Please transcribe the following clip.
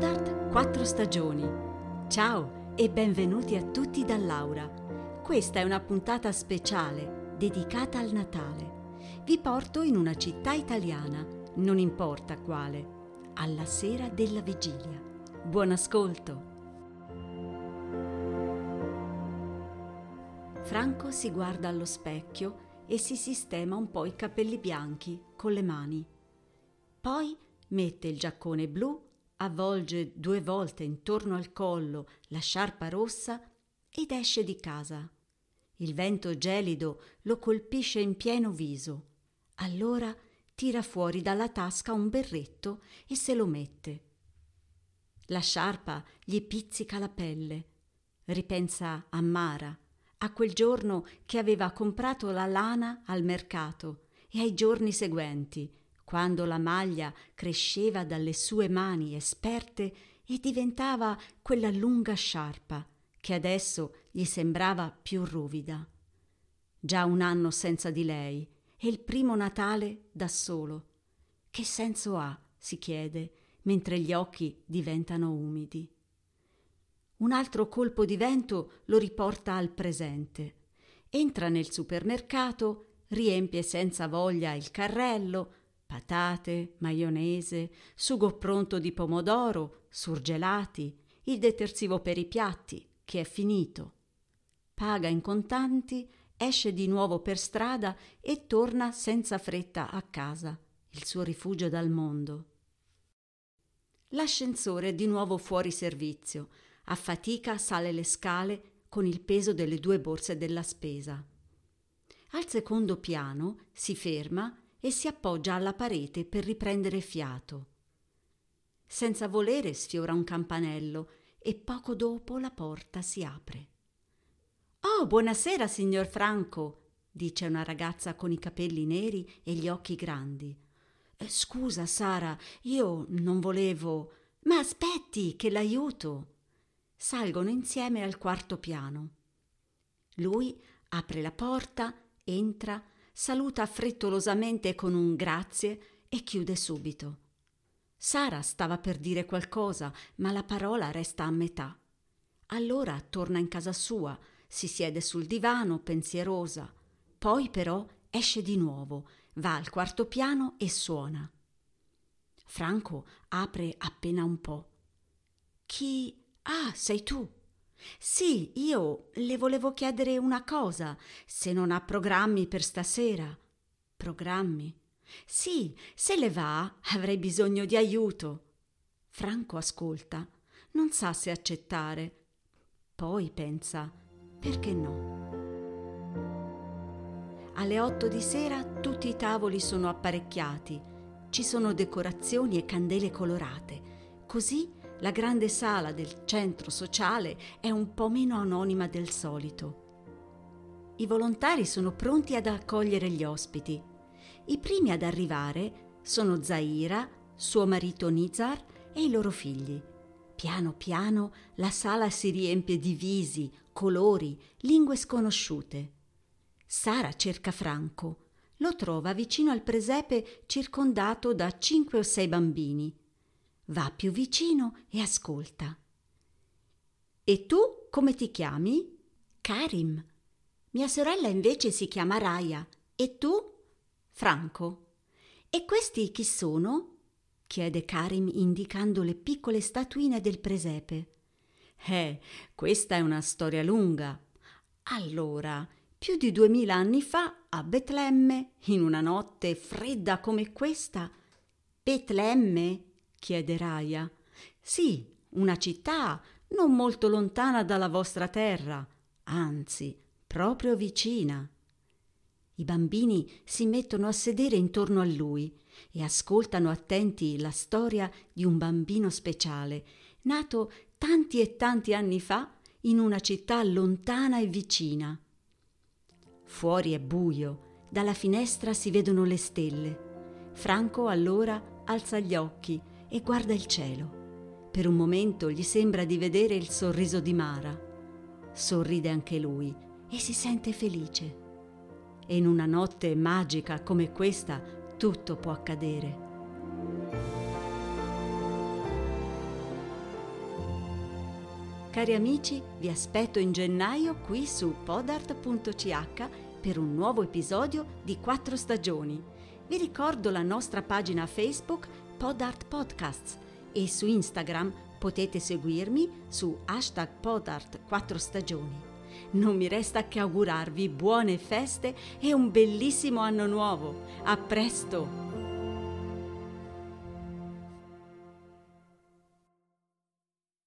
Standard 4 stagioni. Ciao e benvenuti a tutti da Laura. Questa è una puntata speciale dedicata al Natale. Vi porto in una città italiana, non importa quale, alla sera della vigilia. Buon ascolto! Franco si guarda allo specchio e si sistema un po' i capelli bianchi con le mani. Poi mette il giaccone blu, avvolge 2 volte intorno al collo la sciarpa rossa ed esce di casa. Il vento gelido lo colpisce in pieno viso. Allora tira fuori dalla tasca un berretto e se lo mette. La sciarpa gli pizzica la pelle. Ripensa a Mara, a quel giorno che aveva comprato la lana al mercato e ai giorni seguenti, quando la maglia cresceva dalle sue mani esperte e diventava quella lunga sciarpa che adesso gli sembrava più ruvida. Già 1 anno senza di lei e il primo Natale da solo. Che senso ha, si chiede, mentre gli occhi diventano umidi. Un altro colpo di vento lo riporta al presente. Entra nel supermercato, riempie senza voglia il carrello, patate, maionese, sugo pronto di pomodoro, surgelati, il detersivo per i piatti, che è finito. Paga in contanti, esce di nuovo per strada e torna senza fretta a casa, il suo rifugio dal mondo. L'ascensore è di nuovo fuori servizio. A fatica sale le scale con il peso delle 2 borse della spesa. Al secondo piano si ferma e si appoggia alla parete per riprendere fiato. Senza volere sfiora un campanello e poco dopo la porta si apre. «Oh, buonasera, signor Franco», dice una ragazza con i capelli neri e gli occhi grandi. «Scusa, Sara, io non volevo...» «Ma aspetti, che l'aiuto!» Salgono insieme al 4° piano. Lui apre la porta, entra, saluta frettolosamente con un grazie e chiude subito. Sara stava per dire qualcosa, ma la parola resta a metà. Allora torna in casa sua, si siede sul divano pensierosa. Poi però esce di nuovo, va al 4° piano e suona. Franco apre appena un po'. «Chi? Ah, sei tu?» «Sì, io le volevo chiedere una cosa, se non ha programmi per stasera». «Programmi?» «Sì, se le va, avrei bisogno di aiuto». Franco ascolta, non sa se accettare. Poi pensa, perché no? Alle 8 di sera tutti i tavoli sono apparecchiati, ci sono decorazioni e candele colorate, così la grande sala del centro sociale è un po' meno anonima del solito. I volontari sono pronti ad accogliere gli ospiti. I primi ad arrivare sono Zaira, suo marito Nizar e i loro figli. Piano piano la sala si riempie di visi, colori, lingue sconosciute. Sara cerca Franco. Lo trova vicino al presepe circondato da 5 o 6 bambini. Va più vicino e ascolta. «E tu come ti chiami?» «Karim». «Mia sorella invece si chiama Raya. E tu?» «Franco». «E questi chi sono?» chiede Karim indicando le piccole statuine del presepe. Questa è una storia lunga. Allora, più di 2000 anni fa, a Betlemme, in una notte fredda come questa...» «Betlemme?» chiede Raya. «Sì, una città non molto lontana dalla vostra terra, anzi, proprio vicina». I bambini si mettono a sedere intorno a lui e ascoltano attenti la storia di un bambino speciale, nato tanti e tanti anni fa in una città lontana e vicina. Fuori è buio, dalla finestra si vedono le stelle. Franco allora alza gli occhi e guarda il cielo. Per un momento gli sembra di vedere il sorriso di Mara. Sorride anche lui e si sente felice. E in una notte magica come questa tutto può accadere. Cari amici, vi aspetto in gennaio qui su podart.ch per un nuovo episodio di 4 stagioni. Vi ricordo la nostra pagina Facebook Podart Podcasts e su Instagram potete seguirmi su #Podart4stagioni. Non mi resta che augurarvi buone feste e un bellissimo anno nuovo. A presto!